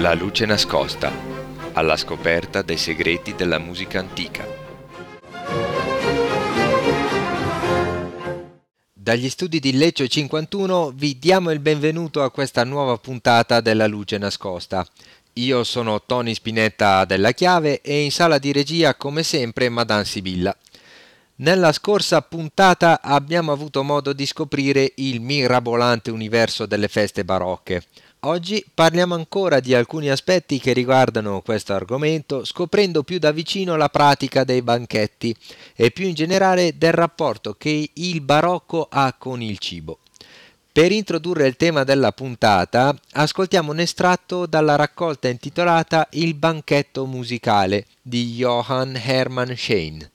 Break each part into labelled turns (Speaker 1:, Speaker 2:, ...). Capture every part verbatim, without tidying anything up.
Speaker 1: La luce nascosta, alla scoperta dei segreti della musica antica. Dagli studi di Lecce cinquantuno vi diamo il benvenuto a questa nuova puntata della luce nascosta. Io sono Tony Spinetta della Chiave e in sala di regia come sempre Madame Sibilla. Nella scorsa puntata abbiamo avuto modo di scoprire il mirabolante universo delle feste barocche. Oggi parliamo ancora di alcuni aspetti che riguardano questo argomento, scoprendo più da vicino la pratica dei banchetti e più in generale del rapporto che il barocco ha con il cibo. Per introdurre il tema della puntata, ascoltiamo un estratto dalla raccolta intitolata Il banchetto musicale di Johann Hermann Schein.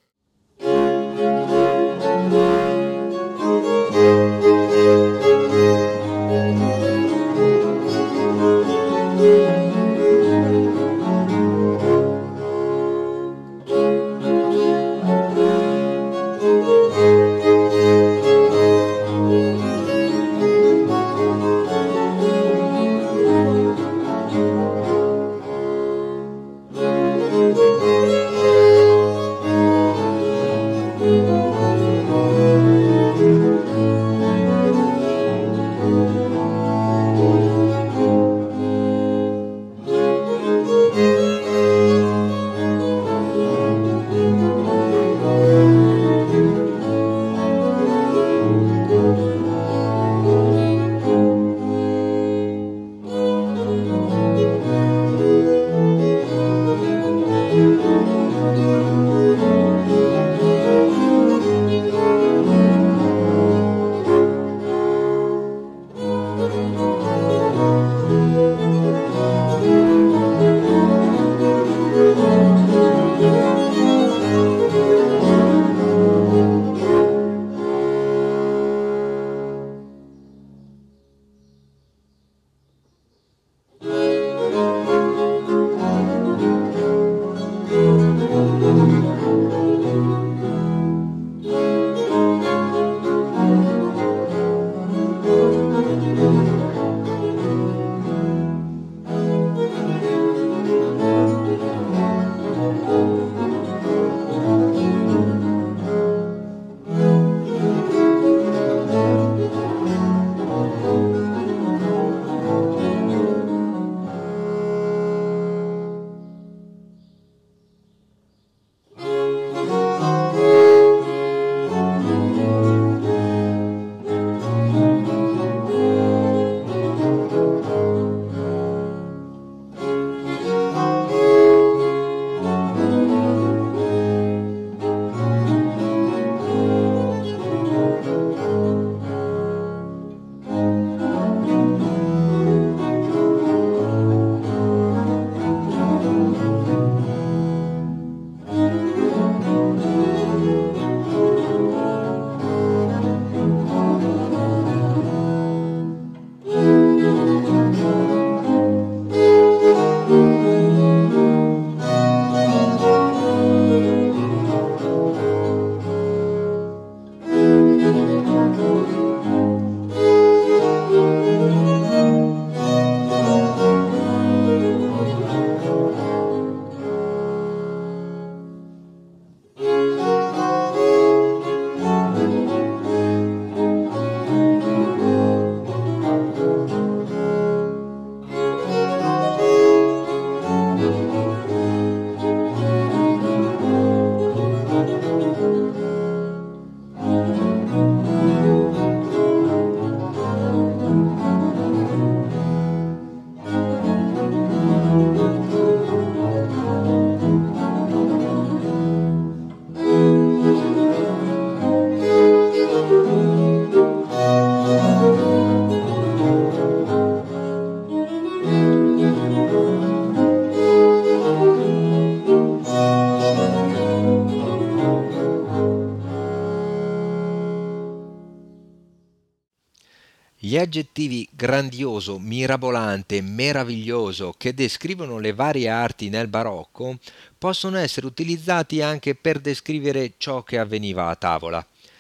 Speaker 1: Gli aggettivi grandioso, mirabolante, meraviglioso che descrivono le varie arti nel barocco possono essere utilizzati anche per descrivere ciò che avveniva a tavola.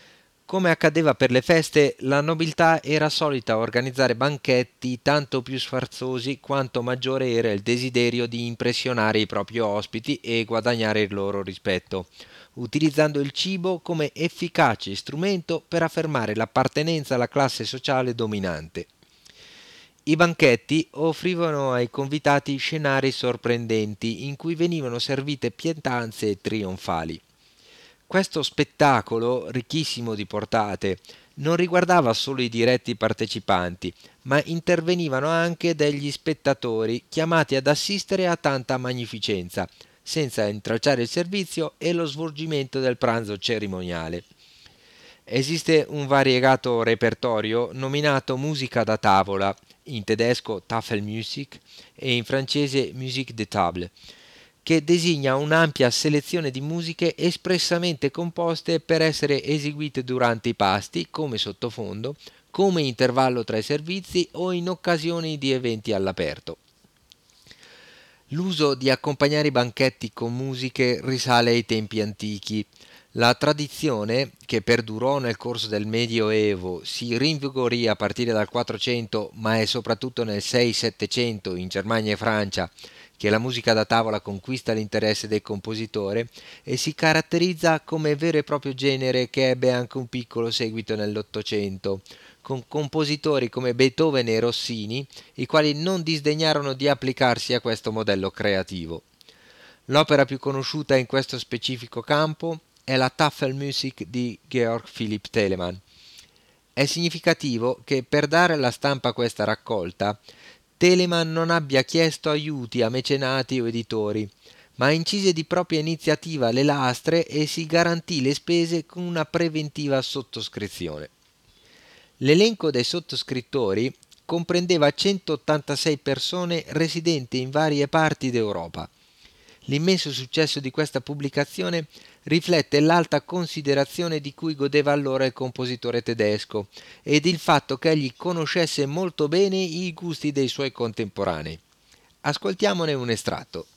Speaker 1: Come accadeva per le feste, la nobiltà era solita organizzare banchetti tanto più sfarzosi quanto maggiore era il desiderio di impressionare i propri ospiti e guadagnare il loro rispetto, utilizzando il cibo come efficace strumento per affermare l'appartenenza alla classe sociale dominante. I banchetti offrivano ai convitati scenari sorprendenti in cui venivano servite pietanze trionfali. Questo spettacolo, ricchissimo di portate, non riguardava solo i diretti partecipanti, ma intervenivano anche degli spettatori chiamati ad assistere a tanta magnificenza, senza intralciare il servizio e lo svolgimento del pranzo cerimoniale. Esiste un variegato repertorio nominato musica da tavola, in tedesco Tafelmusik e in francese Musique de table, che designa un'ampia selezione di musiche espressamente composte per essere eseguite durante i pasti, come sottofondo, come intervallo tra i servizi o in occasioni di eventi all'aperto. L'uso di accompagnare i banchetti con musiche risale ai tempi antichi. La tradizione, che perdurò nel corso del Medioevo, si rinvigorì a partire dal quattrocento, ma è soprattutto nel sei-settecento in Germania e Francia che la musica da tavola conquista l'interesse del compositore e si caratterizza come vero e proprio genere che ebbe anche un piccolo seguito nell'Ottocento, con compositori come Beethoven e Rossini, i quali non disdegnarono di applicarsi a questo modello creativo. L'opera più conosciuta in questo specifico campo è la Tafelmusik di Georg Philipp Telemann. È significativo che per dare la stampa a questa raccolta Telemann non abbia chiesto aiuti a mecenati o editori, ma incise di propria iniziativa le lastre e si garantì le spese con una preventiva sottoscrizione. L'elenco dei sottoscrittori comprendeva centottantasei persone residenti in varie parti d'Europa. L'immenso successo di questa pubblicazione riflette l'alta considerazione di cui godeva allora il compositore tedesco ed il fatto che egli conoscesse molto bene i gusti dei suoi contemporanei. Ascoltiamone un estratto.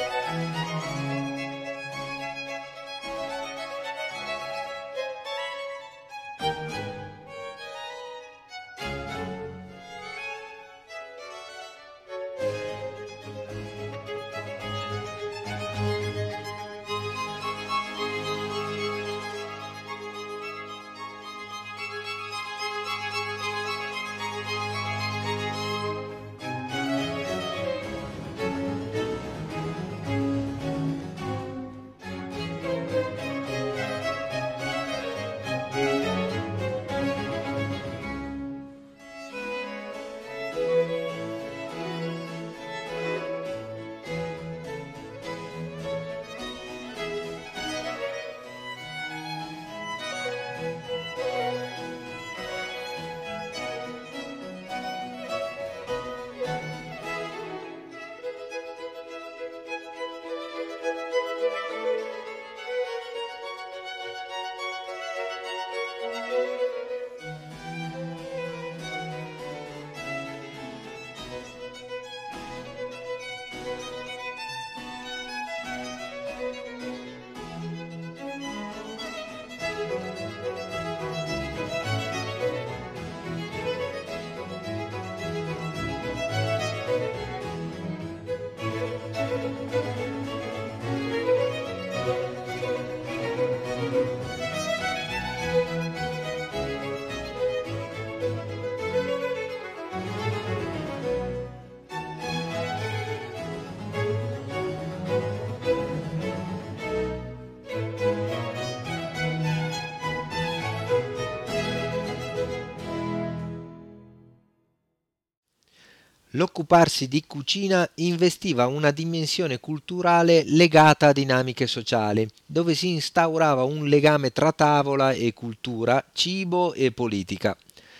Speaker 1: L'occuparsi di cucina investiva una dimensione culturale legata a dinamiche sociali, dove si instaurava un legame tra tavola e cultura, cibo e politica.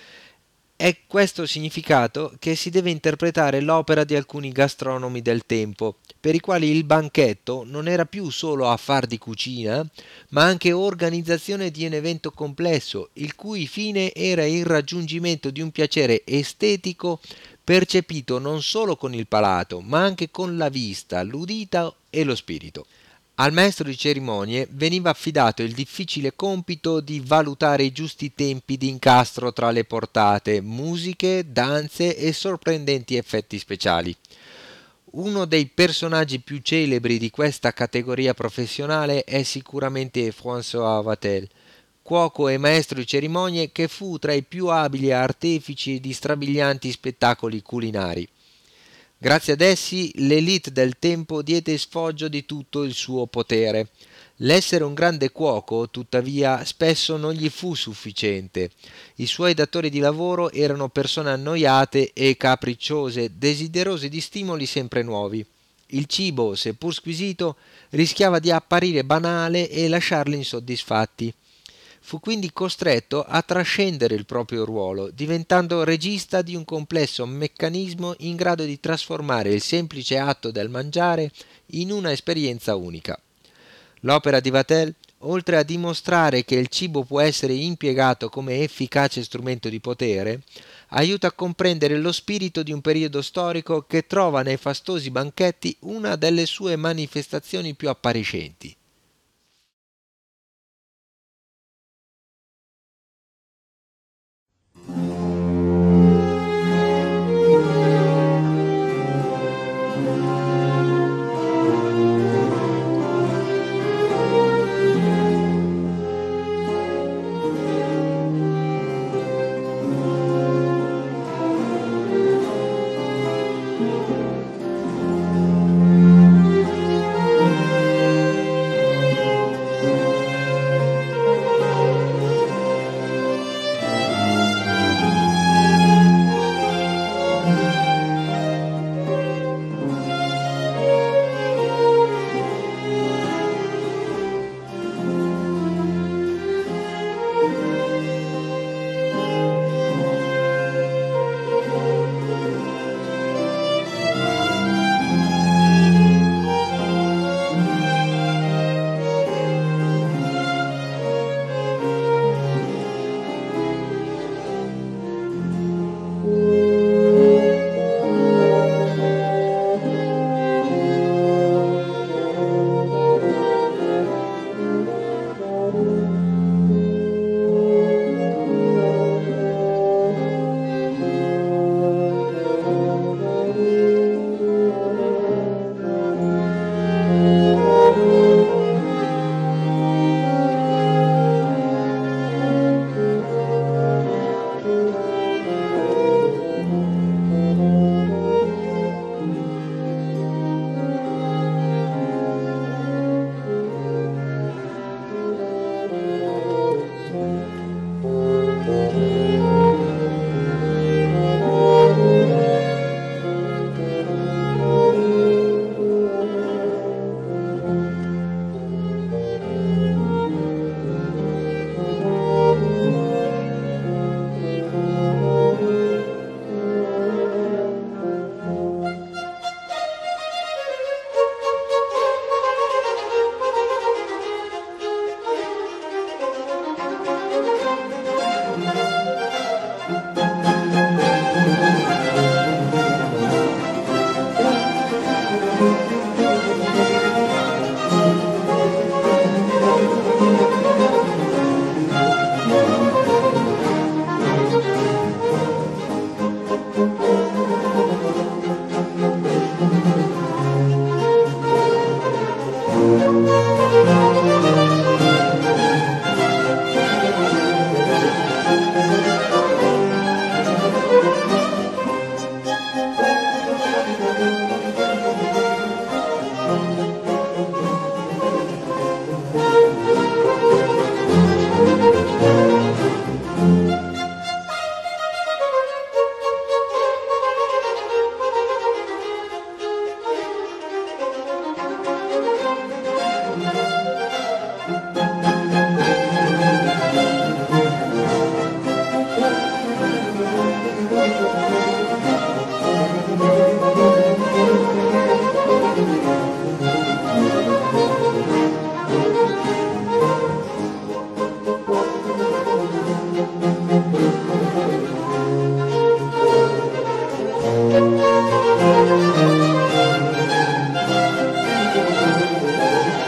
Speaker 1: È questo significato che si deve interpretare l'opera di alcuni gastronomi del tempo, per i quali il banchetto non era più solo affar di cucina, ma anche organizzazione di un evento complesso, il cui fine era il raggiungimento di un piacere estetico percepito non solo con il palato, ma anche con la vista, l'udito e lo spirito. Al maestro di cerimonie veniva affidato il difficile compito di valutare i giusti tempi di incastro tra le portate, musiche, danze e sorprendenti effetti speciali. Uno dei personaggi più celebri di questa categoria professionale è sicuramente François Vatel, cuoco e maestro di cerimonie che fu tra i più abili artefici di strabilianti spettacoli culinari. Grazie ad essi l'élite del tempo diede sfoggio di tutto il suo potere. L'essere un grande cuoco, tuttavia, spesso non gli fu sufficiente. I suoi datori di lavoro erano persone annoiate e capricciose, desiderose di stimoli sempre nuovi. Il cibo, seppur squisito, rischiava di apparire banale e lasciarli insoddisfatti. Fu quindi costretto a trascendere il proprio ruolo, diventando regista di un complesso meccanismo in grado di trasformare il semplice atto del mangiare in una esperienza unica. L'opera di Vatel, oltre a dimostrare che il cibo può essere impiegato come efficace strumento di potere, aiuta a comprendere lo spirito di un periodo storico che trova nei fastosi banchetti una delle sue manifestazioni più appariscenti.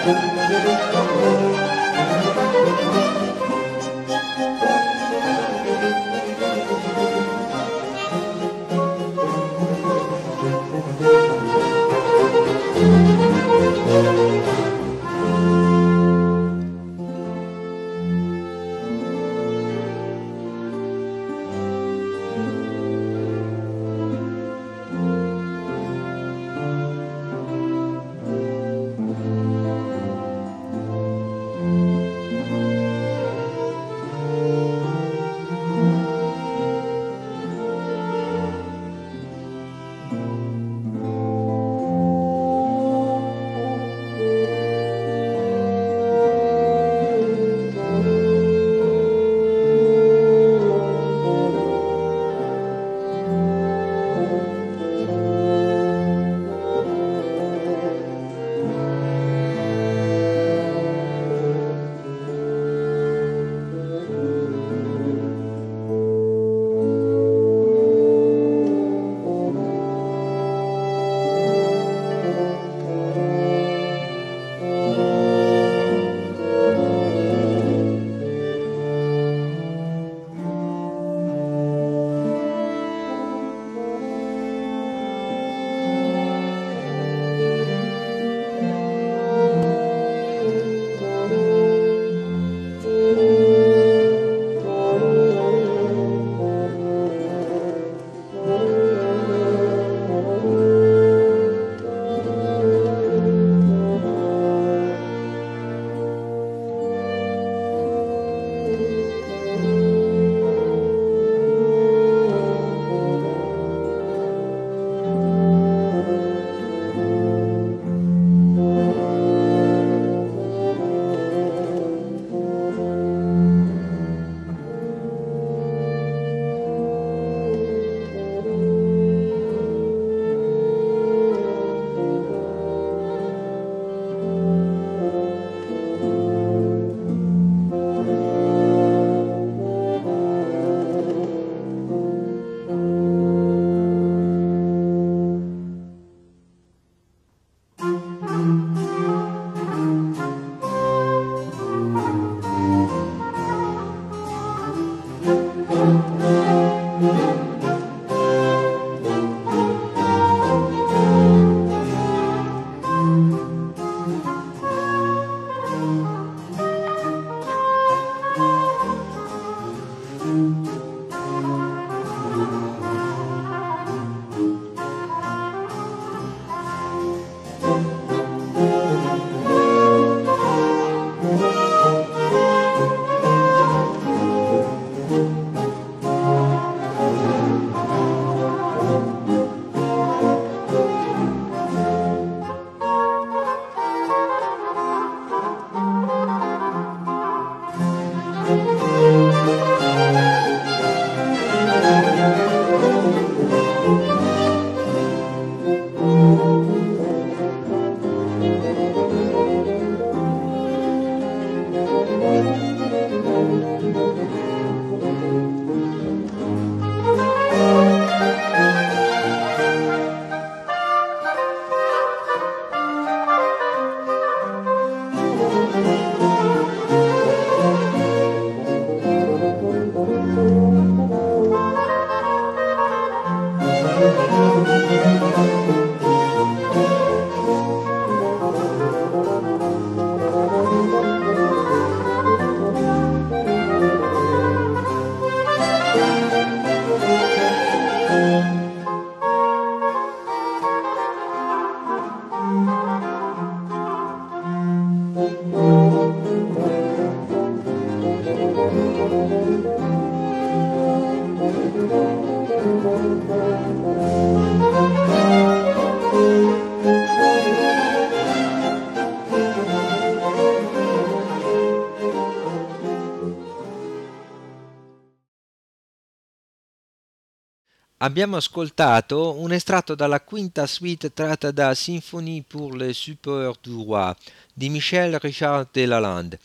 Speaker 1: Abbiamo ascoltato un estratto dalla quinta suite tratta da Symphonie pour le support du roi di Michel Richard de Lalande.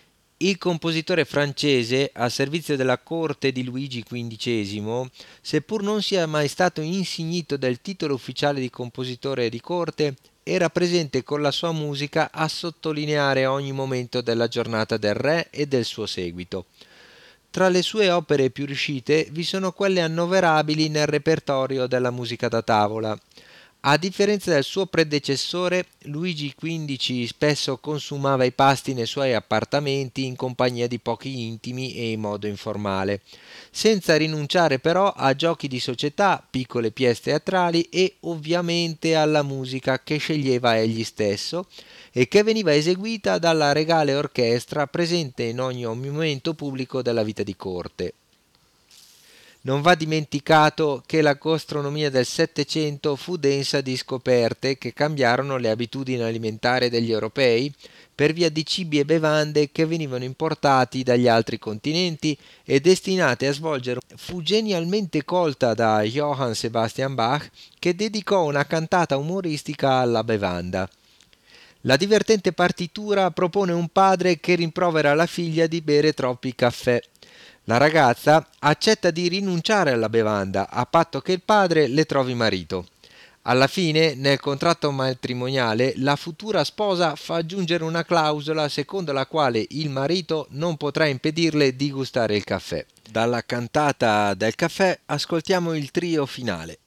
Speaker 1: Il compositore francese, a servizio della corte di Luigi quindicesimo, seppur non sia mai stato insignito del titolo ufficiale di compositore di corte, era presente con la sua musica a sottolineare ogni momento della giornata del re e del suo seguito. Tra le sue opere più riuscite vi sono quelle annoverabili nel repertorio della musica da tavola. A differenza del suo predecessore, Luigi quindici spesso consumava i pasti nei suoi appartamenti in compagnia di pochi intimi e in modo informale, senza rinunciare però a giochi di società, piccole pièce teatrali e ovviamente alla musica che sceglieva egli stesso e che veniva eseguita dalla regale orchestra presente in ogni momento pubblico della vita di corte. Non va dimenticato che la gastronomia del Settecento fu densa di scoperte che cambiarono le abitudini alimentari degli europei per via di cibi e bevande che venivano importati dagli altri continenti e destinati a svolgere. Fu genialmente colta da Johann Sebastian Bach, che dedicò una cantata umoristica alla bevanda. La divertente partitura propone un padre che rimprovera la figlia di bere troppi caffè. La ragazza accetta di rinunciare alla bevanda a patto che il padre le trovi marito. Alla fine, nel contratto matrimoniale, la futura sposa fa aggiungere una clausola secondo la quale il marito non potrà impedirle di gustare il caffè. Dalla cantata del caffè ascoltiamo il trio finale.